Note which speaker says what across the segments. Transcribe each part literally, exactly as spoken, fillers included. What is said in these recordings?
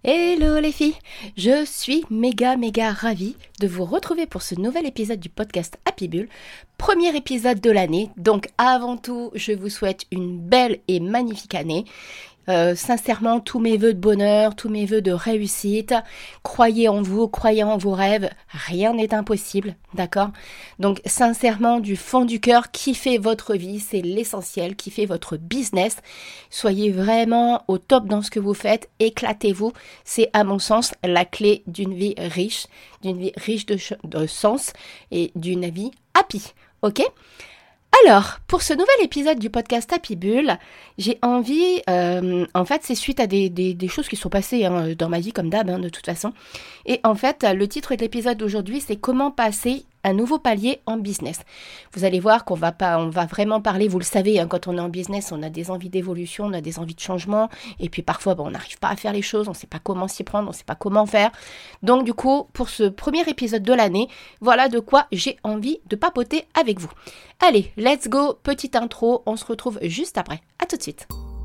Speaker 1: Hello les filles, je suis méga méga ravie de vous retrouver pour ce nouvel épisode du podcast Happy Bull, premier épisode de l'année. Donc avant tout, je vous souhaite une belle et magnifique année. Euh, sincèrement, tous mes vœux de bonheur, tous mes vœux de réussite. Croyez en vous, croyez en vos rêves, rien n'est impossible, d'accord ? Donc sincèrement, du fond du cœur, kiffez votre vie, c'est l'essentiel, kiffez votre business. Soyez vraiment au top dans ce que vous faites, éclatez-vous. C'est à mon sens la clé d'une vie riche, d'une vie riche de, ch- de sens et d'une vie happy, ok ? Alors, pour ce nouvel épisode du podcast Happy Bull, j'ai envie, euh, en fait, c'est suite à des, des, des choses qui sont passées hein, dans ma vie, comme d'hab, hein, de toute façon. Et en fait, le titre de l'épisode d'aujourd'hui, c'est « Comment passer un nouveau palier en business ». Vous allez voir qu'on va pas, on va vraiment parler, vous le savez, hein, quand on est en business, on a des envies d'évolution, on a des envies de changement, et puis parfois, bon, on n'arrive pas à faire les choses, on ne sait pas comment s'y prendre, on ne sait pas comment faire. Donc du coup, pour ce premier épisode de l'année, voilà de quoi j'ai envie de papoter avec vous. Allez, let's go, petite intro, on se retrouve juste après. À tout de suite.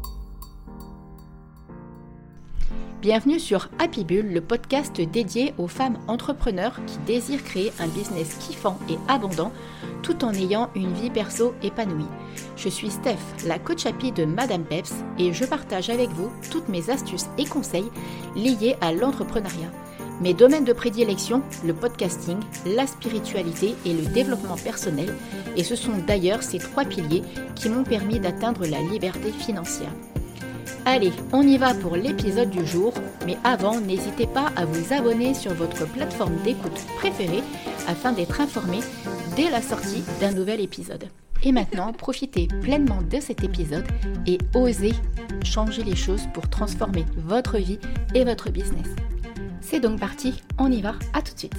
Speaker 1: Bienvenue sur Happy Bull, le podcast dédié aux femmes entrepreneurs qui désirent créer un business kiffant et abondant tout en ayant une vie perso épanouie. Je suis Steph, la coach happy de Madame Peps et je partage avec vous toutes mes astuces et conseils liés à l'entrepreneuriat. Mes domaines de prédilection, le podcasting, la spiritualité et le développement personnel, et ce sont d'ailleurs ces trois piliers qui m'ont permis d'atteindre la liberté financière. Allez, on y va pour l'épisode du jour, mais avant, n'hésitez pas à vous abonner sur votre plateforme d'écoute préférée afin d'être informé dès la sortie d'un nouvel épisode. Et maintenant, profitez pleinement de cet épisode et osez changer les choses pour transformer votre vie et votre business. C'est donc parti, on y va, à tout de suite.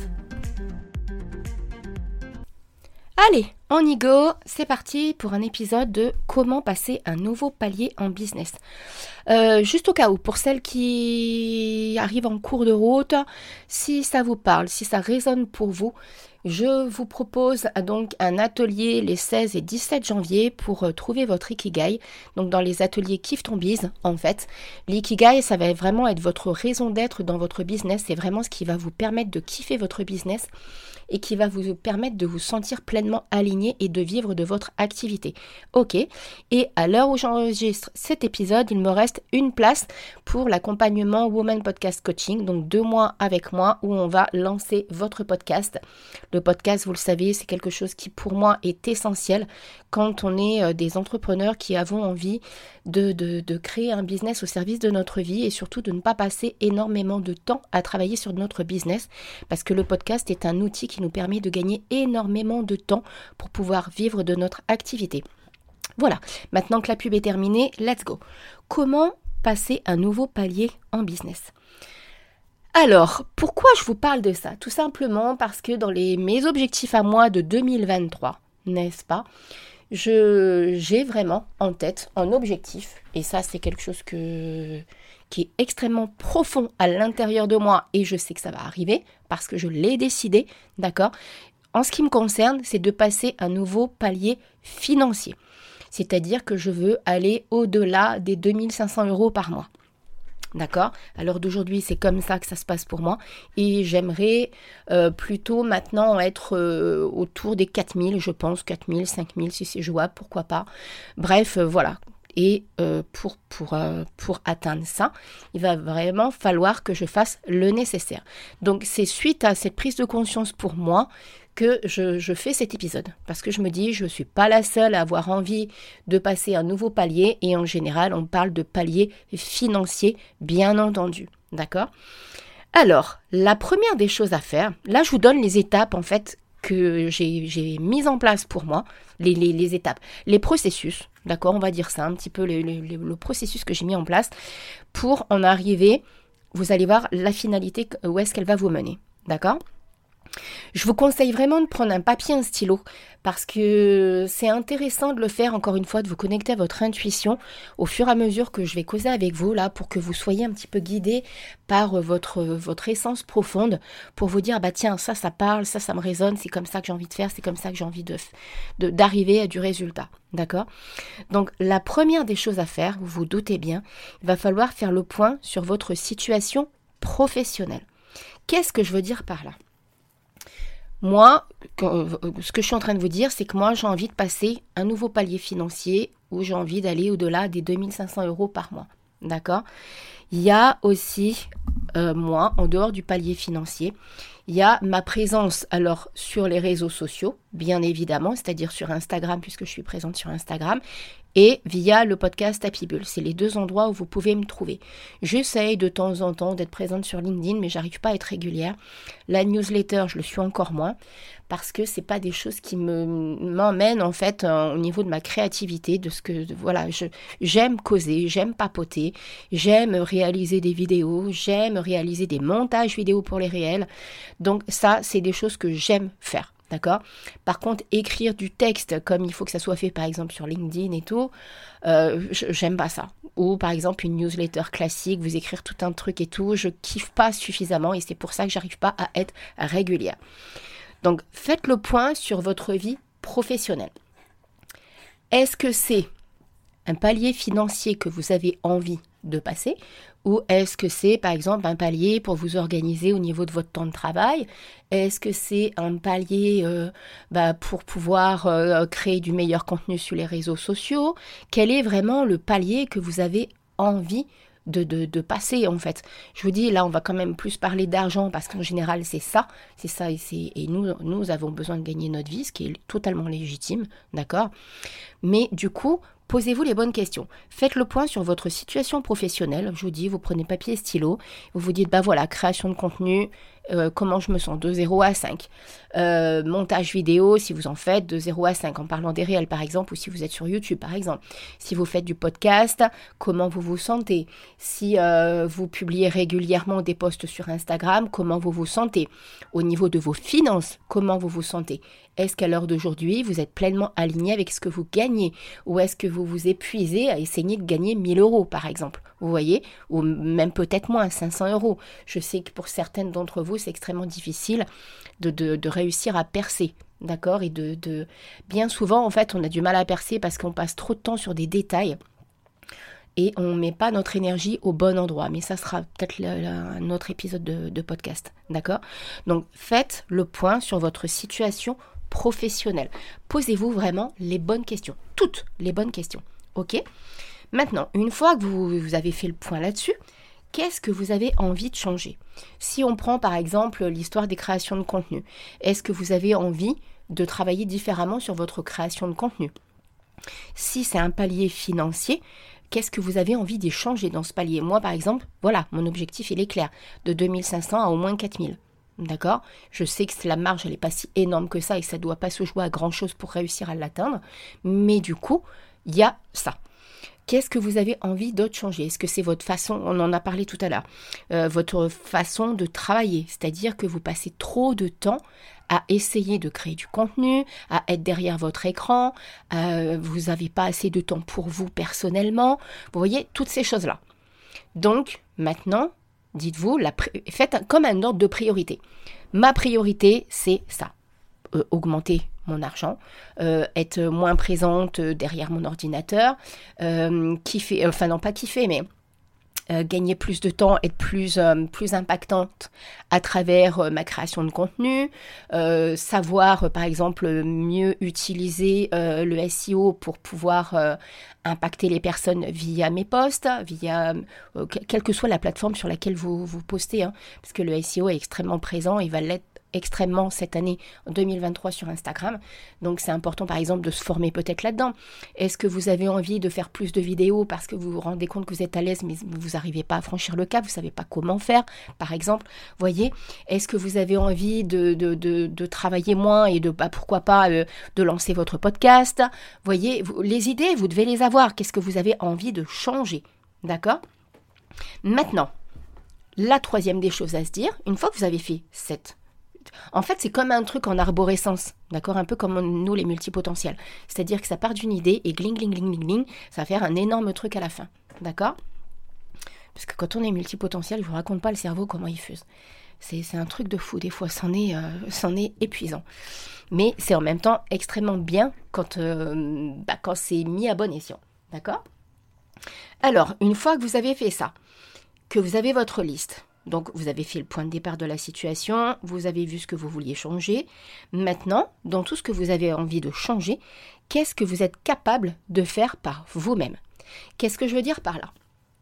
Speaker 1: Allez, on y go, c'est parti pour un épisode de comment passer un nouveau palier en business. Euh, juste au cas où, pour celles qui arrivent en cours de route, si ça vous parle, si ça résonne pour vous, je vous propose donc un atelier les seize et dix-sept janvier pour euh, trouver votre Ikigai. Donc dans les ateliers Kiffe ton biz, en fait. L'ikigai, ça va vraiment être votre raison d'être dans votre business. C'est vraiment ce qui va vous permettre de kiffer votre business et qui va vous permettre de vous sentir pleinement aligné et de vivre de votre activité. Ok, et à l'heure où j'enregistre cet épisode, il me reste une place pour l'accompagnement Woman Podcast Coaching, donc deux mois avec moi où on va lancer votre podcast. Le podcast, vous le savez, c'est quelque chose qui pour moi est essentiel quand on est des entrepreneurs qui avons envie de, de, de créer un business au service de notre vie et surtout de ne pas passer énormément de temps à travailler sur notre business parce que le podcast est un outil qui nous permet de gagner énormément de temps pour pouvoir vivre de notre activité. Voilà, maintenant que la pub est terminée, let's go. Comment passer un nouveau palier en business ? Alors, pourquoi je vous parle de ça ? Tout simplement parce que dans les, mes objectifs à moi de deux mille vingt-trois, n'est-ce pas ? Je, j'ai vraiment en tête un objectif, et ça c'est quelque chose que, qui est extrêmement profond à l'intérieur de moi, et je sais que ça va arriver, parce que je l'ai décidé, d'accord ? En ce qui me concerne, c'est de passer un nouveau palier financier. C'est-à-dire que je veux aller au-delà des deux mille cinq cents euros par mois. D'accord ? À l'heure d'aujourd'hui, c'est comme ça que ça se passe pour moi. Et j'aimerais euh, plutôt maintenant être euh, autour des quatre mille, je pense, quatre mille, cinq mille, si c'est jouable, pourquoi pas. Bref, euh, voilà. Et euh, pour, pour, euh, pour atteindre ça, il va vraiment falloir que je fasse le nécessaire. Donc, c'est suite à cette prise de conscience pour moi que je, je fais cet épisode. Parce que je me dis, je ne suis pas la seule à avoir envie de passer un nouveau palier. Et en général, on parle de palier financier, bien entendu. D'accord ? Alors, la première des choses à faire, là, je vous donne les étapes, en fait, que j'ai, j'ai mises en place pour moi. Les, les, les étapes, les processus, d'accord ? On va dire ça, un petit peu le, le, le processus que j'ai mis en place pour en arriver, vous allez voir la finalité, où est-ce qu'elle va vous mener. D'accord ? Je vous conseille vraiment de prendre un papier, un stylo, parce que c'est intéressant de le faire, encore une fois, de vous connecter à votre intuition au fur et à mesure que je vais causer avec vous, là, pour que vous soyez un petit peu guidés par votre, votre essence profonde, pour vous dire, bah tiens, ça, ça parle, ça, ça me résonne, c'est comme ça que j'ai envie de faire, c'est comme ça que j'ai envie de, de, d'arriver à du résultat, d'accord ? Donc, la première des choses à faire, vous vous doutez bien, il va falloir faire le point sur votre situation professionnel. Qu'est-ce que je veux dire par là ? Moi, ce que je suis en train de vous dire, c'est que moi, j'ai envie de passer un nouveau palier financier où j'ai envie d'aller au-delà des deux mille cinq cents euros par mois. D'accord ? Il y a aussi, euh, moi, en dehors du palier financier, il y a ma présence alors sur les réseaux sociaux, bien évidemment, c'est-à-dire sur Instagram, puisque je suis présente sur Instagram, et via le podcast Happy Bull. C'est les deux endroits où vous pouvez me trouver. J'essaye de temps en temps d'être présente sur LinkedIn, mais j'arrive pas à être régulière. La newsletter, je le suis encore moins, parce que c'est pas des choses qui me m'emmènent en fait euh, au niveau de ma créativité, de ce que de, voilà, je j'aime causer, j'aime papoter, j'aime réaliser des vidéos, j'aime réaliser des montages vidéo pour les réels. Donc ça, c'est des choses que j'aime faire. D'accord ? Par contre, écrire du texte comme il faut que ça soit fait, par exemple, sur LinkedIn et tout, euh, j'aime pas ça. Ou, par exemple, une newsletter classique, vous écrire tout un truc et tout, je kiffe pas suffisamment et c'est pour ça que j'arrive pas à être régulière. Donc, faites le point sur votre vie professionnelle. Est-ce que c'est un palier financier que vous avez envie de passer, ou est-ce que c'est par exemple un palier pour vous organiser au niveau de votre temps de travail? Est-ce que c'est un palier euh, bah, pour pouvoir euh, créer du meilleur contenu sur les réseaux sociaux? Quel est vraiment le palier que vous avez envie de, de, de passer en fait? Je vous dis, là on va quand même plus parler d'argent parce qu'en général c'est ça, c'est ça et, c'est, et nous, nous avons besoin de gagner notre vie, ce qui est totalement légitime, d'accord? Mais du coup, posez-vous les bonnes questions. Faites le point sur votre situation professionnelle. Je vous dis, vous prenez papier et stylo. Vous vous dites, bah voilà, création de contenu, euh, comment je me sens de zéro à cinq. Euh, montage vidéo, si vous en faites, de zéro à cinq, en parlant des réels par exemple, ou si vous êtes sur YouTube par exemple. Si vous faites du podcast, comment vous vous sentez. Si euh, vous publiez régulièrement des posts sur Instagram, comment vous vous sentez. Au niveau de vos finances, comment vous vous sentez. Est-ce qu'à l'heure d'aujourd'hui, vous êtes pleinement aligné avec ce que vous gagnez? Ou est-ce que vous vous épuisez à essayer de gagner mille euros, par exemple? Vous voyez? Ou même peut-être moins, cinq cents euros. Je sais que pour certaines d'entre vous, c'est extrêmement difficile de, de, de réussir à percer. D'accord? Et de, de... bien souvent, en fait, on a du mal à percer parce qu'on passe trop de temps sur des détails. Et on ne met pas notre énergie au bon endroit. Mais ça sera peut-être le, le, un autre épisode de, de podcast. D'accord? Donc, faites le point sur votre situation professionnelle. Posez-vous vraiment les bonnes questions. Toutes les bonnes questions. OK? Maintenant, une fois que vous, vous avez fait le point là-dessus, qu'est-ce que vous avez envie de changer? Si on prend par exemple l'histoire des créations de contenu, est-ce que vous avez envie de travailler différemment sur votre création de contenu? Si c'est un palier financier, qu'est-ce que vous avez envie d'y changer dans ce palier? Moi, par exemple, voilà, mon objectif, il est clair, de deux mille cinq cents à au moins quatre mille. D'accord? Je sais que la marge, elle n'est pas si énorme que ça et que ça ne doit pas se jouer à grand-chose pour réussir à l'atteindre. Mais du coup, il y a ça. Qu'est-ce que vous avez envie d'autre changer? Est-ce que c'est votre façon, on en a parlé tout à l'heure, euh, votre façon de travailler? C'est-à-dire que vous passez trop de temps à essayer de créer du contenu, à être derrière votre écran, euh, vous n'avez pas assez de temps pour vous personnellement. Vous voyez, toutes ces choses-là. Donc, maintenant, dites-vous, la, faites un, comme un ordre de priorité. Ma priorité, c'est ça. Euh, augmenter mon argent, euh, être moins présente derrière mon ordinateur, euh, kiffer, enfin non pas kiffer, mais euh, gagner plus de temps, être plus, euh, plus impactante à travers euh, ma création de contenu, euh, savoir euh, par exemple mieux utiliser euh, le S E O pour pouvoir euh, impacter les personnes via mes posts, via euh, quelle que soit la plateforme sur laquelle vous, vous postez, hein, parce que le S E O est extrêmement présent, il va l'être extrêmement cette année en deux mille vingt-trois sur Instagram. Donc c'est important par exemple de se former peut-être là-dedans. Est-ce que vous avez envie de faire plus de vidéos parce que vous vous rendez compte que vous êtes à l'aise mais vous n'arrivez pas à franchir le cap, vous ne savez pas comment faire par exemple, voyez? Est-ce que vous avez envie de, de, de, de travailler moins et de bah, pourquoi pas euh, de lancer votre podcast? Voyez, vous, les idées, vous devez les avoir. Qu'est-ce que vous avez envie de changer? D'accord? Maintenant, la troisième des choses à se dire, une fois que vous avez fait cette en fait, c'est comme un truc en arborescence, d'accord? Un peu comme nous, les multipotentiels. C'est-à-dire que ça part d'une idée et gling, gling, gling, gling, gling, ça va faire un énorme truc à la fin, d'accord? Parce que quand on est multipotentiel, je ne vous raconte pas le cerveau comment il fuse. C'est, c'est un truc de fou, des fois, c'en est, euh, c'en est épuisant. Mais c'est en même temps extrêmement bien quand, euh, bah, quand c'est mis à bon escient, d'accord? Alors, une fois que vous avez fait ça, que vous avez votre liste, Donc, vous avez fait le point de départ de la situation, vous avez vu ce que vous vouliez changer. Maintenant, dans tout ce que vous avez envie de changer, qu'est-ce que vous êtes capable de faire par vous-même? Qu'est-ce que je veux dire par là?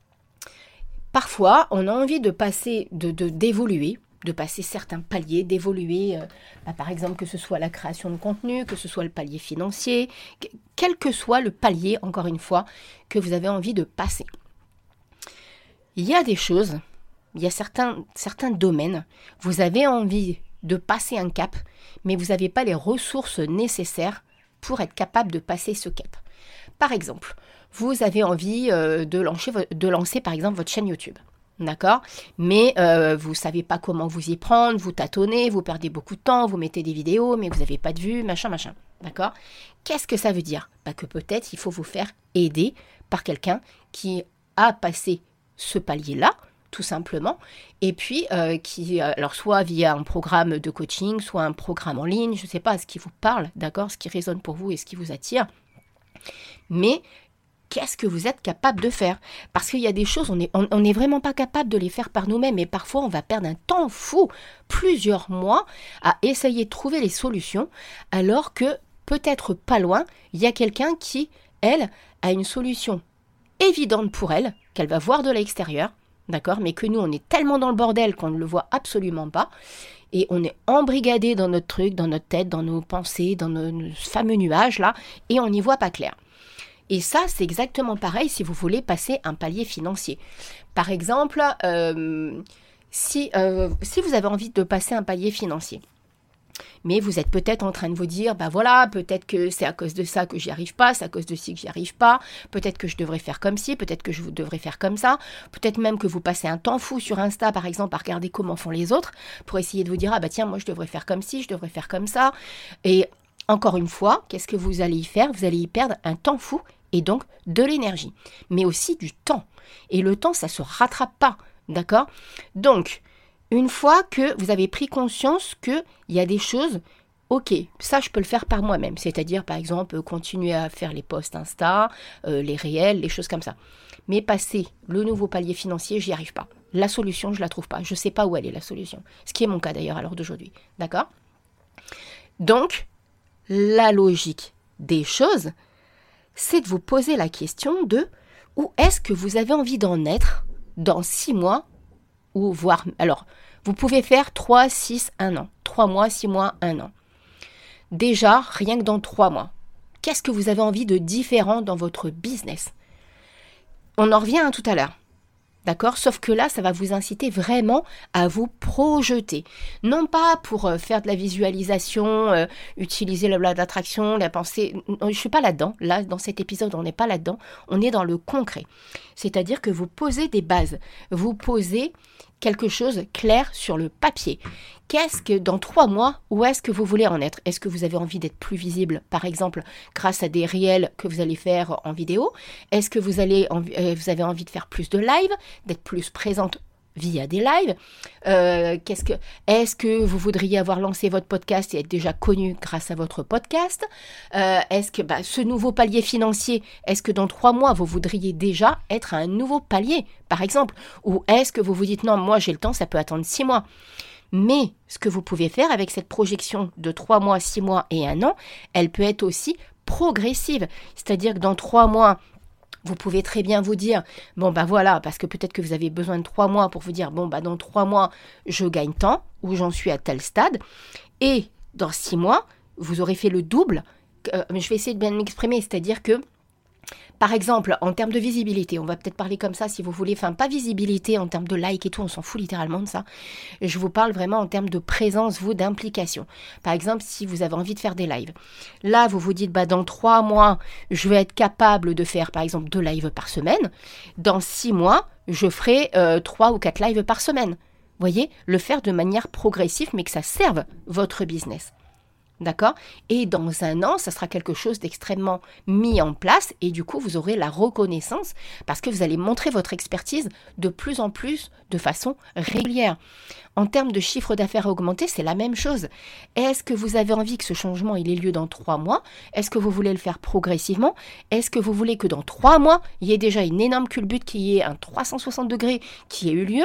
Speaker 1: Parfois, on a envie de passer, de, de, d'évoluer, de passer certains paliers, d'évoluer, euh, bah, par exemple que ce soit la création de contenu, que ce soit le palier financier, que, quel que soit le palier, encore une fois, que vous avez envie de passer. Il y a des choses, il y a certains, certains domaines, vous avez envie de passer un cap, mais vous n'avez pas les ressources nécessaires pour être capable de passer ce cap. Par exemple, vous avez envie euh, de, lancer, de lancer par exemple votre chaîne YouTube. D'accord? Mais euh, vous ne savez pas comment vous y prendre, vous tâtonnez, vous perdez beaucoup de temps, vous mettez des vidéos, mais vous n'avez pas de vues, machin, machin. D'accord? Qu'est-ce que ça veut dire? Bah que peut-être il faut vous faire aider par quelqu'un qui a passé ce palier-là, tout simplement, et puis euh, qui, alors soit via un programme de coaching, soit un programme en ligne, je ne sais pas, ce qui vous parle, d'accord? Ce qui résonne pour vous et ce qui vous attire. Mais qu'est-ce que vous êtes capable de faire? Parce qu'il y a des choses, on n'est on, on est vraiment pas capable de les faire par nous-mêmes. Et parfois, on va perdre un temps fou, plusieurs mois, à essayer de trouver les solutions, alors que peut-être pas loin, il y a quelqu'un qui, elle, a une solution évidente pour elle, qu'elle va voir de l'extérieur, d'accord? Mais que nous, on est tellement dans le bordel qu'on ne le voit absolument pas. Et on est embrigadé dans notre truc, dans notre tête, dans nos pensées, dans nos, nos fameux nuages, là, et on n'y voit pas clair. Et ça, c'est exactement pareil si vous voulez passer un palier financier. Par exemple, euh, si, euh, si vous avez envie de passer un palier financier, mais vous êtes peut-être en train de vous dire, bah voilà, peut-être que c'est à cause de ça que j'y arrive pas, c'est à cause de ci que j'y arrive pas, peut-être que je devrais faire comme ci, peut-être que je devrais faire comme ça, peut-être même que vous passez un temps fou sur Insta, par exemple, à regarder comment font les autres, pour essayer de vous dire, ah bah tiens, moi je devrais faire comme ci, je devrais faire comme ça. Et encore une fois, qu'est-ce que vous allez y faire? Vous allez y perdre un temps fou et donc de l'énergie, mais aussi du temps. Et le temps, ça ne se rattrape pas, d'accord? Donc, une fois que vous avez pris conscience qu'il y a des choses, ok, ça je peux le faire par moi-même, c'est-à-dire par exemple continuer à faire les posts Insta, euh, les réels, les choses comme ça. Mais passer le nouveau palier financier, j'y arrive pas. La solution, je la trouve pas. Je ne sais pas où elle est la solution. Ce qui est mon cas d'ailleurs à l'heure d'aujourd'hui, d'accord? Donc, la logique des choses, c'est de vous poser la question de où est-ce que vous avez envie d'en être dans six mois ou voire... Alors, vous pouvez faire trois, six, un an. trois mois, six mois, un an. Déjà, rien que dans trois mois, qu'est-ce que vous avez envie de différent dans votre business? On en revient à tout à l'heure. D'accord? Sauf que là, ça va vous inciter vraiment à vous projeter. Non pas pour euh, faire de la visualisation, euh, utiliser la loi d'attraction, la pensée. Je ne suis pas là-dedans. Là, dans cet épisode, on n'est pas là-dedans. On est dans le concret. C'est-à-dire que vous posez des bases. Vous posez quelque chose clair sur le papier. Qu'est-ce que, dans trois mois, où est-ce que vous voulez en être? Est-ce que vous avez envie d'être plus visible, par exemple, grâce à des réels que vous allez faire en vidéo? Est-ce que vous, allez, vous avez envie de faire plus de live, d'être plus présente via des lives? euh, qu'est-ce que, Est-ce que vous voudriez avoir lancé votre podcast et être déjà connu grâce à votre podcast? euh, Est-ce que bah, ce nouveau palier financier, est-ce que dans trois mois, vous voudriez déjà être à un nouveau palier, par exemple? Ou est-ce que vous vous dites, non, moi j'ai le temps, ça peut attendre six mois? Mais ce que vous pouvez faire avec cette projection de trois mois, six mois et un an, elle peut être aussi progressive. C'est-à-dire que dans trois mois, vous pouvez très bien vous dire, bon bah voilà, parce que peut-être que vous avez besoin de trois mois pour vous dire, bon bah dans trois mois, je gagne tant, ou j'en suis à tel stade. Et dans six mois, vous aurez fait le double. Euh, je vais essayer de bien m'exprimer, c'est-à-dire que, par exemple, en termes de visibilité, on va peut-être parler comme ça si vous voulez, enfin pas visibilité en termes de like et tout, on s'en fout littéralement de ça. Je vous parle vraiment en termes de présence, vous, d'implication. Par exemple, si vous avez envie de faire des lives. Là, vous vous dites, bah dans trois mois, je vais être capable de faire par exemple deux lives par semaine. Dans six mois, je ferai euh, trois ou quatre lives par semaine. Vous voyez, le faire de manière progressive, mais que ça serve votre business. D'accord? Et dans un an, ça sera quelque chose d'extrêmement mis en place et du coup, vous aurez la reconnaissance parce que vous allez montrer votre expertise de plus en plus de façon régulière. En termes de chiffre d'affaires augmenté, c'est la même chose. Est-ce que vous avez envie que ce changement il ait lieu dans trois mois? Est-ce que vous voulez le faire progressivement? Est-ce que vous voulez que dans trois mois, il y ait déjà une énorme culbute, qu'il y ait un trois cent soixante degrés qui ait eu lieu?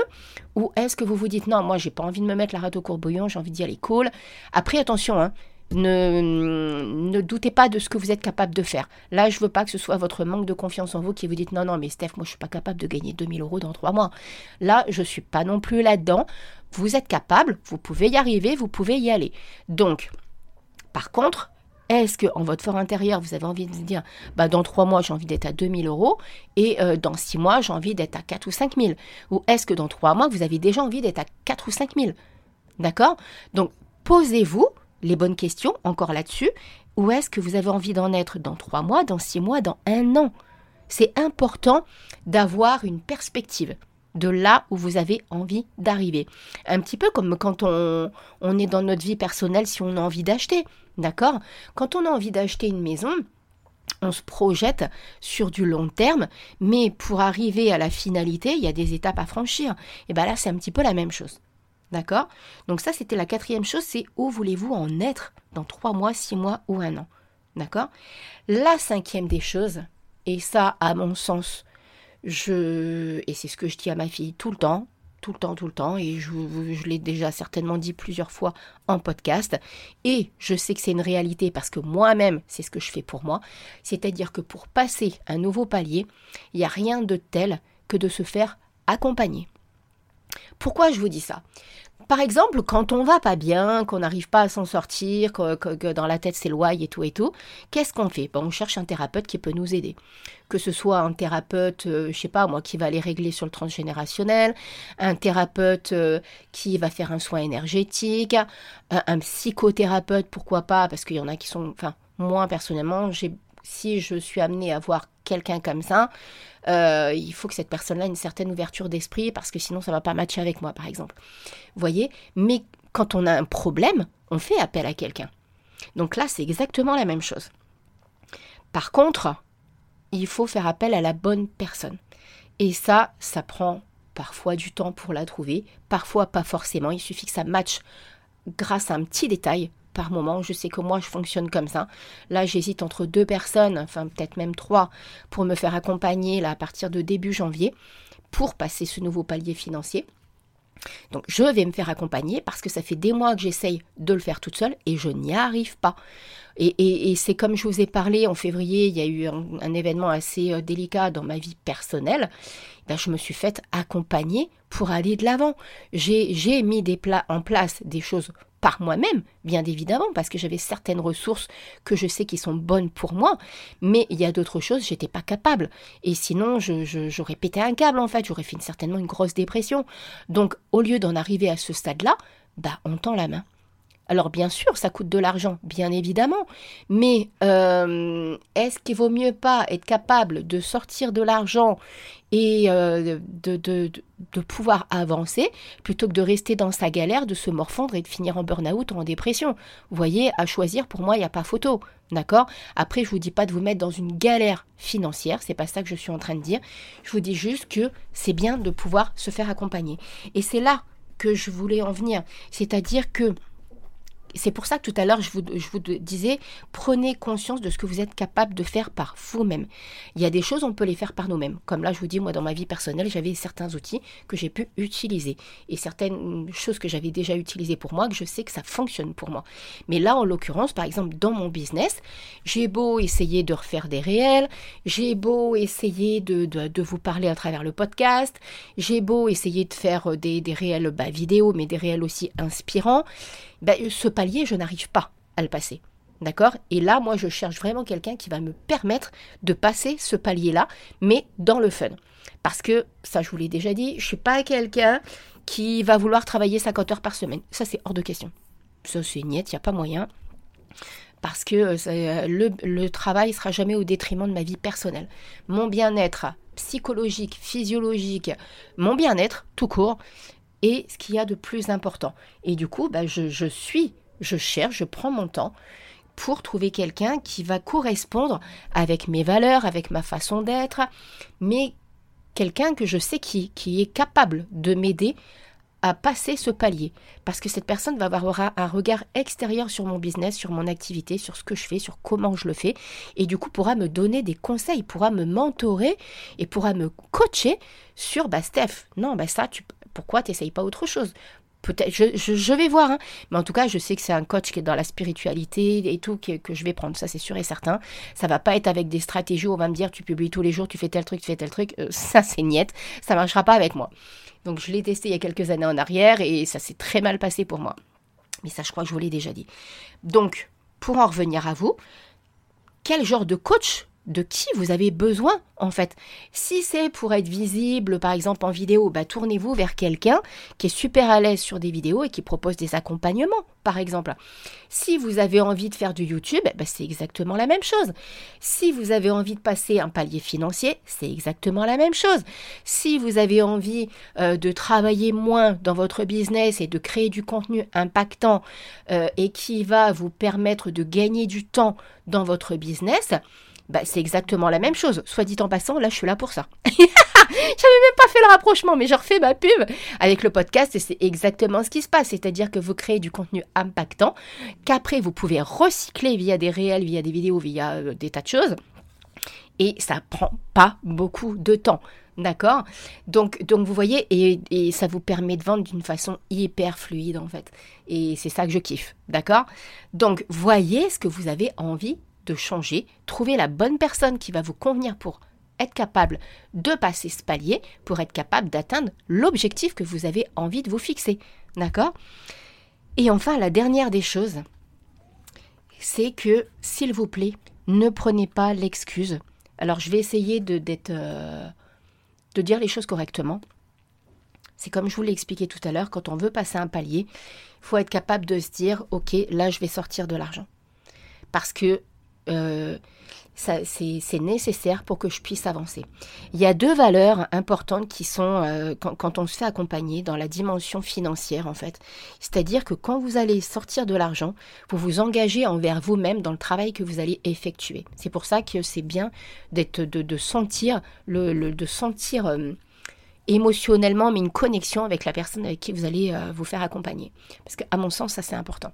Speaker 1: Ou est-ce que vous vous dites, non, moi, j'ai pas envie de me mettre la rate au courbouillon, j'ai envie d'y aller cool. Après, attention, hein, ne, ne doutez pas de ce que vous êtes capable de faire. Là, je veux pas que ce soit votre manque de confiance en vous qui vous dites, non, non, mais Steph, moi, je suis pas capable de gagner deux mille euros dans trois mois. Là, je suis pas non plus là-dedans. Vous êtes capable, vous pouvez y arriver, vous pouvez y aller. Donc, par contre, est-ce qu'en votre fort intérieur, vous avez envie de dire, bah, dans trois mois, j'ai envie d'être à deux mille euros et euh, dans six mois, j'ai envie d'être à quatre ou cinq mille? Ou est-ce que dans trois mois, vous avez déjà envie d'être à quatre ou cinq mille? D'accord? Donc, posez-vous les bonnes questions, encore là-dessus. Où est-ce que vous avez envie d'en être dans trois mois, dans six mois, dans un an? C'est important d'avoir une perspective de là où vous avez envie d'arriver. Un petit peu comme quand on, on est dans notre vie personnelle, si on a envie d'acheter, d'accord? Quand on a envie d'acheter une maison, on se projette sur du long terme, mais pour arriver à la finalité, il y a des étapes à franchir. Et bien là, c'est un petit peu la même chose. D'accord? Donc ça, c'était la quatrième chose, c'est où voulez-vous en être dans trois mois, six mois ou un an? D'accord? La cinquième des choses, et ça, à mon sens, je et c'est ce que je dis à ma fille tout le temps, tout le temps, tout le temps, et je, je l'ai déjà certainement dit plusieurs fois en podcast, et je sais que c'est une réalité parce que moi-même, c'est ce que je fais pour moi, c'est-à-dire que pour passer un nouveau palier, il n'y a rien de tel que de se faire accompagner. Pourquoi je vous dis ça? Par exemple, quand on va pas bien, qu'on n'arrive pas à s'en sortir, que, que, que dans la tête c'est l'ouaille et tout et tout, qu'est-ce qu'on fait? Ben, on cherche un thérapeute qui peut nous aider. Que ce soit un thérapeute, euh, je sais pas moi, qui va aller régler sur le transgénérationnel, un thérapeute euh, qui va faire un soin énergétique, un, un psychothérapeute, pourquoi pas, parce qu'il y en a qui sont, enfin, moi personnellement, j'ai, si je suis amenée à voir quelqu'un comme ça, Euh, il faut que cette personne-là ait une certaine ouverture d'esprit parce que sinon ça ne va pas matcher avec moi, par exemple. Vous voyez? Mais quand on a un problème, on fait appel à quelqu'un. Donc là, c'est exactement la même chose. Par contre, il faut faire appel à la bonne personne. Et ça, ça prend parfois du temps pour la trouver, parfois pas forcément. Il suffit que ça matche grâce à un petit détail. Par moment, je sais que moi je fonctionne comme ça. Là, j'hésite entre deux personnes, enfin peut-être même trois, pour me faire accompagner là à partir de début janvier pour passer ce nouveau palier financier. Donc je vais me faire accompagner parce que ça fait des mois que j'essaye de le faire toute seule et je n'y arrive pas. Et, et, et c'est comme je vous ai parlé en février, il y a eu un, un événement assez euh, délicat dans ma vie personnelle. Ben, je me suis faite accompagner pour aller de l'avant. J'ai, j'ai mis des plats en place, des choses par moi-même, bien évidemment, parce que j'avais certaines ressources que je sais qui sont bonnes pour moi, mais il y a d'autres choses, j'étais pas capable. Et sinon, je, je, j'aurais pété un câble, en fait, j'aurais fait une, certainement une grosse dépression. Donc, au lieu d'en arriver à ce stade-là, bah, on tend la main. Alors, bien sûr, ça coûte de l'argent, bien évidemment, mais euh, est-ce qu'il vaut mieux pas être capable de sortir de l'argent et euh, de, de, de, de pouvoir avancer plutôt que de rester dans sa galère, de se morfondre et de finir en burn-out ou en dépression? Vous voyez, à choisir, pour moi, il n'y a pas photo, d'accord? Après, je vous dis pas de vous mettre dans une galère financière, c'est pas ça que je suis en train de dire. Je vous dis juste que c'est bien de pouvoir se faire accompagner. Et c'est là que je voulais en venir, c'est-à-dire que c'est pour ça que tout à l'heure, je vous, je vous disais, prenez conscience de ce que vous êtes capable de faire par vous-même. Il y a des choses, on peut les faire par nous-mêmes. Comme là, je vous dis, moi, dans ma vie personnelle, j'avais certains outils que j'ai pu utiliser. Et certaines choses que j'avais déjà utilisées pour moi, que je sais que ça fonctionne pour moi. Mais là, en l'occurrence, par exemple, dans mon business, j'ai beau essayer de refaire des réels, j'ai beau essayer de, de, de vous parler à travers le podcast, j'ai beau essayer de faire des, des réels bah, vidéo, mais des réels aussi inspirants. Ben, ce palier, je n'arrive pas à le passer. D'accord? Et là, moi, je cherche vraiment quelqu'un qui va me permettre de passer ce palier-là, mais dans le fun. Parce que, ça, je vous l'ai déjà dit, je ne suis pas quelqu'un qui va vouloir travailler cinquante heures par semaine. Ça, c'est hors de question. Ça, c'est niet, il n'y a pas moyen. Parce que euh, le, le travail ne sera jamais au détriment de ma vie personnelle. Mon bien-être psychologique, physiologique, mon bien-être, tout court, et ce qu'il y a de plus important. Et du coup, bah, je, je suis, je cherche, je prends mon temps pour trouver quelqu'un qui va correspondre avec mes valeurs, avec ma façon d'être, mais quelqu'un que je sais qui, qui est capable de m'aider à passer ce palier. Parce que cette personne va avoir un regard extérieur sur mon business, sur mon activité, sur ce que je fais, sur comment je le fais, et du coup pourra me donner des conseils, pourra me mentorer et pourra me coacher sur, bah Steph, non, bah ça, tu pourquoi tu n'essayes pas autre chose? Peut-être, je, je, je vais voir, hein. Mais en tout cas, je sais que c'est un coach qui est dans la spiritualité et tout, que, que je vais prendre, ça c'est sûr et certain. Ça va pas être avec des stratégies où on va me dire, tu publies tous les jours, tu fais tel truc, tu fais tel truc, euh, ça c'est niette, ça marchera pas avec moi. Donc je l'ai testé il y a quelques années en arrière et ça s'est très mal passé pour moi. Mais ça, je crois que je vous l'ai déjà dit. Donc, pour en revenir à vous, quel genre de coach, de qui vous avez besoin en fait? Si c'est pour être visible, par exemple en vidéo, bah, tournez-vous vers quelqu'un qui est super à l'aise sur des vidéos et qui propose des accompagnements, par exemple. Si vous avez envie de faire du YouTube, bah, c'est exactement la même chose. Si vous avez envie de passer un palier financier, c'est exactement la même chose. Si vous avez envie euh, de travailler moins dans votre business et de créer du contenu impactant euh, et qui va vous permettre de gagner du temps dans votre business, bah, c'est exactement la même chose. Soit dit en passant, là, je suis là pour ça. J'avais même pas fait le rapprochement, mais je refais ma pub avec le podcast et c'est exactement ce qui se passe. C'est-à-dire que vous créez du contenu impactant, qu'après, vous pouvez recycler via des réels, via des vidéos, via euh, des tas de choses. Et ça prend pas beaucoup de temps. D'accord? Donc, donc, vous voyez, et, et ça vous permet de vendre d'une façon hyper fluide, en fait. Et c'est ça que je kiffe. D'accord? Donc, voyez ce que vous avez envie de changer, trouver la bonne personne qui va vous convenir pour être capable de passer ce palier, pour être capable d'atteindre l'objectif que vous avez envie de vous fixer. D'accord? Et enfin, la dernière des choses, c'est que, s'il vous plaît, ne prenez pas l'excuse. Alors, je vais essayer de, d'être, euh, de dire les choses correctement. C'est comme je vous l'ai expliqué tout à l'heure, quand on veut passer un palier, il faut être capable de se dire, ok, là, je vais sortir de l'argent. Parce que Euh, ça, c'est, c'est nécessaire pour que je puisse avancer. Il y a deux valeurs importantes qui sont, euh, quand, quand on se fait accompagner dans la dimension financière, en fait. C'est-à-dire que quand vous allez sortir de l'argent, vous vous engagez envers vous-même dans le travail que vous allez effectuer. C'est pour ça que c'est bien d'être, de, de sentir, le, le, de sentir euh, émotionnellement, mais une connexion avec la personne avec qui vous allez euh, vous faire accompagner. Parce qu'à mon sens, ça c'est important.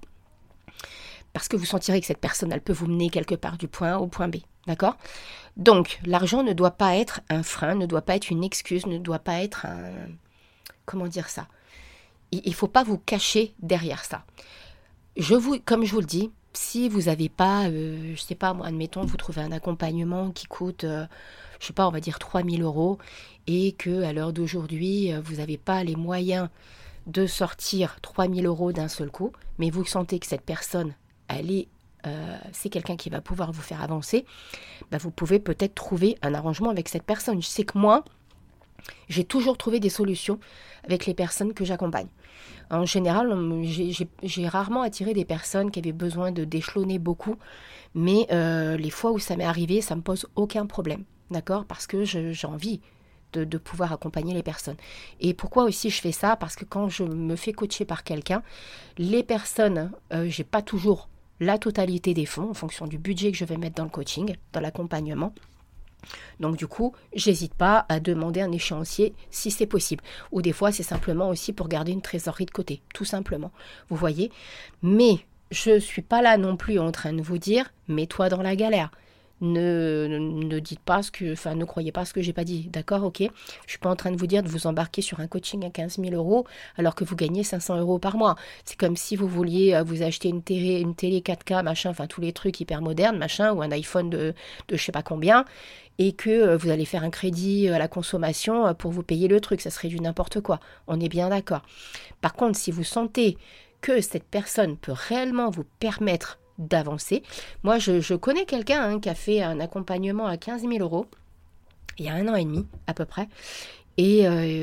Speaker 1: Parce que vous sentirez que cette personne, elle peut vous mener quelque part du point A au point B. D'accord? Donc, l'argent ne doit pas être un frein, ne doit pas être une excuse, ne doit pas être un... Comment dire ça? Il ne faut pas vous cacher derrière ça. Je vous, comme je vous le dis, si vous n'avez pas, euh, je ne sais pas, moi, admettons, vous trouvez un accompagnement qui coûte, euh, je ne sais pas, on va dire trois mille euros, et qu'à l'heure d'aujourd'hui, vous n'avez pas les moyens de sortir trois mille euros d'un seul coup, mais vous sentez que cette personne, elle est, euh, c'est quelqu'un qui va pouvoir vous faire avancer, bah vous pouvez peut-être trouver un arrangement avec cette personne. Je sais que moi, j'ai toujours trouvé des solutions avec les personnes que j'accompagne. En général, j'ai, j'ai, j'ai rarement attiré des personnes qui avaient besoin de d'échelonner beaucoup, mais euh, les fois où ça m'est arrivé, ça ne me pose aucun problème, d'accord? Parce que je, j'ai envie de, de pouvoir accompagner les personnes. Et pourquoi aussi je fais ça? Parce que quand je me fais coacher par quelqu'un, les personnes, euh, j'ai pas toujours la totalité des fonds en fonction du budget que je vais mettre dans le coaching, dans l'accompagnement. Donc du coup, j'hésite pas à demander un échéancier si c'est possible. Ou des fois, c'est simplement aussi pour garder une trésorerie de côté, tout simplement. Vous voyez? Mais je ne suis pas là non plus en train de vous dire « mets-toi dans la galère ». Ne, ne, ne dites pas ce que, enfin, ne croyez pas ce que j'ai pas dit, d'accord, ok? Je suis pas en train de vous dire de vous embarquer sur un coaching à quinze mille euros alors que vous gagnez cinq cents euros par mois. C'est comme si vous vouliez vous acheter une télé, une télé quatre K, machin, enfin tous les trucs hyper modernes, machin, ou un iPhone de, de je sais pas combien, et que vous allez faire un crédit à la consommation pour vous payer le truc, ça serait du n'importe quoi. On est bien d'accord. Par contre, si vous sentez que cette personne peut réellement vous permettre d'avancer. Moi, je, je connais quelqu'un hein, qui a fait un accompagnement à quinze mille euros il y a un an et demi à peu près. Et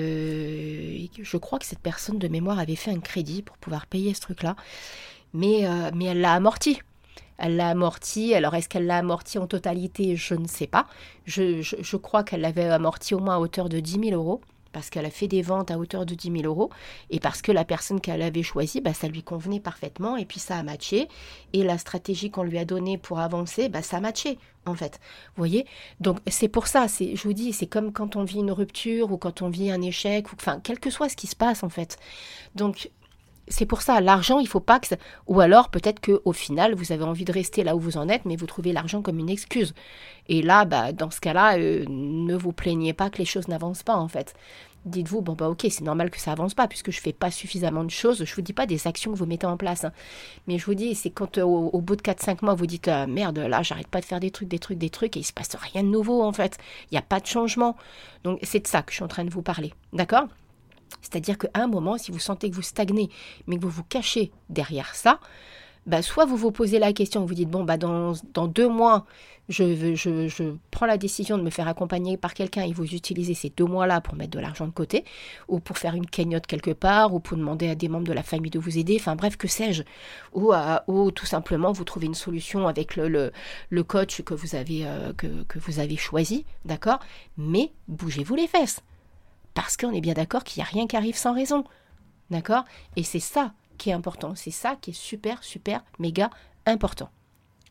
Speaker 1: euh, je crois que cette personne de mémoire avait fait un crédit pour pouvoir payer ce truc-là. Mais, euh, mais elle l'a amorti. Elle l'a amorti. Alors, est-ce qu'elle l'a amorti en totalité? Je ne sais pas. Je, je, je crois qu'elle l'avait amorti au moins à hauteur de dix mille euros. Parce qu'elle a fait des ventes à hauteur de dix mille euros, et parce que la personne qu'elle avait choisie, bah, ça lui convenait parfaitement, et puis ça a matché, et la stratégie qu'on lui a donnée pour avancer, bah, ça a matché, en fait. Vous voyez? Donc, c'est pour ça, c'est, je vous dis, c'est comme quand on vit une rupture, ou quand on vit un échec, ou enfin, quel que soit ce qui se passe, en fait. Donc, c'est pour ça, l'argent, il faut pas que ça... Ou alors, peut-être qu'au final, vous avez envie de rester là où vous en êtes, mais vous trouvez l'argent comme une excuse. Et là, bah, dans ce cas-là, euh, ne vous plaignez pas que les choses n'avancent pas, en fait. Dites-vous, bon, bah ok, c'est normal que ça avance pas, puisque je fais pas suffisamment de choses. Je vous dis pas des actions que vous mettez en place, hein. Mais je vous dis, c'est quand, euh, au, au bout de quatre cinq mois, vous dites, ah, merde, là, j'arrête pas de faire des trucs, des trucs, des trucs, et il se passe rien de nouveau, en fait. Il n'y a pas de changement. Donc, c'est de ça que je suis en train de vous parler. D'accord ? C'est-à-dire qu'à un moment, si vous sentez que vous stagnez, mais que vous vous cachez derrière ça, bah, soit vous vous posez la question, vous dites, bon, bah, dans, dans deux mois, je, je, je prends la décision de me faire accompagner par quelqu'un et vous utilisez ces deux mois-là pour mettre de l'argent de côté, ou pour faire une cagnotte quelque part, ou pour demander à des membres de la famille de vous aider, enfin bref, que sais-je. Ou, euh, ou tout simplement, vous trouvez une solution avec le, le, le coach que vous avez, euh, que, que vous avez choisi, d'accord ? Mais bougez-vous les fesses. Parce qu'on est bien d'accord qu'il n'y a rien qui arrive sans raison. D'accord ? Et c'est ça qui est important. C'est ça qui est super, super, méga important. D'accord ?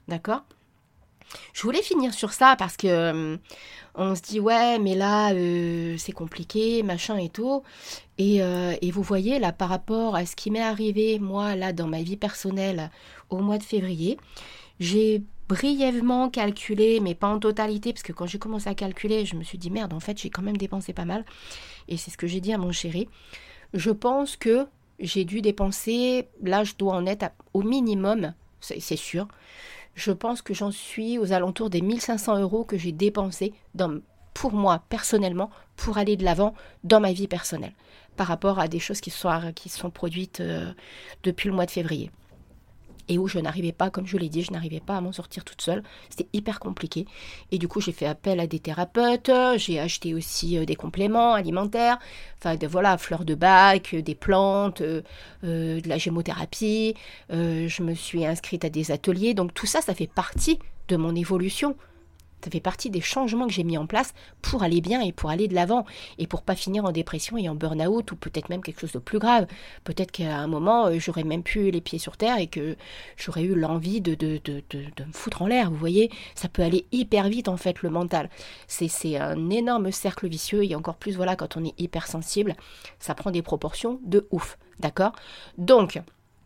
Speaker 1: Je voulais finir sur ça parce que euh, on se dit, ouais, mais là, euh, c'est compliqué, machin et tout. Et, euh, et vous voyez, là, par rapport à ce qui m'est arrivé, moi, là, dans ma vie personnelle, au mois de février, j'ai brièvement calculé, mais pas en totalité, parce que quand j'ai commencé à calculer, je me suis dit, merde, en fait, j'ai quand même dépensé pas mal. Et c'est ce que j'ai dit à mon chéri. Je pense que j'ai dû dépenser, là, je dois en être à, au minimum, c'est, c'est sûr. Je pense que j'en suis aux alentours des mille cinq cents euros que j'ai dépensé dans, pour moi, personnellement, pour aller de l'avant dans ma vie personnelle, par rapport à des choses qui sont, qui sont produites euh, depuis le mois de février. Et où je n'arrivais pas, comme je l'ai dit, je n'arrivais pas à m'en sortir toute seule. C'était hyper compliqué. Et du coup, j'ai fait appel à des thérapeutes. J'ai acheté aussi euh, des compléments alimentaires. Enfin, de, voilà, fleurs de bac, des plantes, euh, euh, de la gémothérapie. Euh, je me suis inscrite à des ateliers. Donc tout ça, ça fait partie de mon évolution. Ça fait partie des changements que j'ai mis en place pour aller bien et pour aller de l'avant. Et pour pas finir en dépression et en burn-out ou peut-être même quelque chose de plus grave. Peut-être qu'à un moment, euh, j'aurais même plus les pieds sur terre et que j'aurais eu l'envie de, de, de, de, de me foutre en l'air. Vous voyez, ça peut aller hyper vite en fait, le mental. C'est, c'est un énorme cercle vicieux et encore plus, voilà, quand on est hypersensible, ça prend des proportions de ouf. D'accord ? Donc,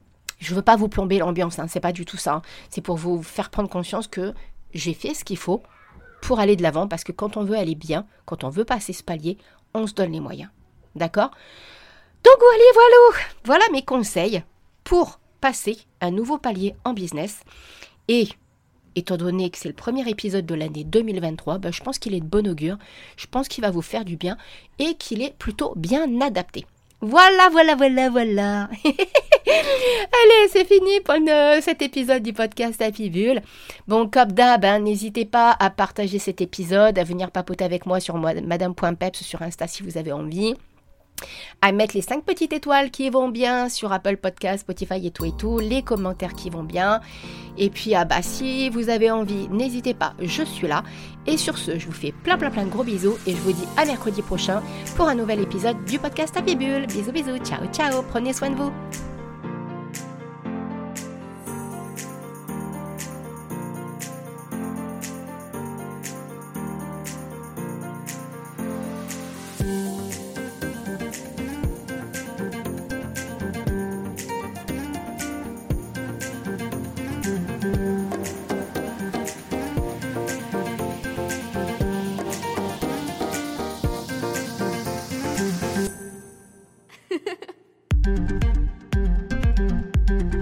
Speaker 1: je veux pas vous plomber l'ambiance, hein, c'est pas du tout ça. Hein. C'est pour vous faire prendre conscience que j'ai fait ce qu'il faut pour aller de l'avant, parce que quand on veut aller bien, quand on veut passer ce palier, on se donne les moyens. D'accord ? Donc voilà, voilà, voilà mes conseils pour passer un nouveau palier en business. Et étant donné que c'est le premier épisode de l'année deux mille vingt-trois, ben, je pense qu'il est de bon augure, je pense qu'il va vous faire du bien et qu'il est plutôt bien adapté. Voilà, voilà, voilà, voilà. Allez, c'est fini pour euh, cet épisode du podcast Happy Bull. Bon, comme d'hab, hein, n'hésitez pas à partager cet épisode, à venir papoter avec moi sur moi, madame point peps sur Insta si vous avez envie. À mettre les cinq petites étoiles qui vont bien sur Apple Podcast, Spotify et tout et tout, les commentaires qui vont bien. Et puis, ah bah, si vous avez envie, n'hésitez pas, je suis là. Et sur ce, je vous fais plein plein plein de gros bisous et je vous dis à mercredi prochain pour un nouvel épisode du podcast Happy Bull. Bisous bisous, ciao ciao, prenez soin de vous. Thank you.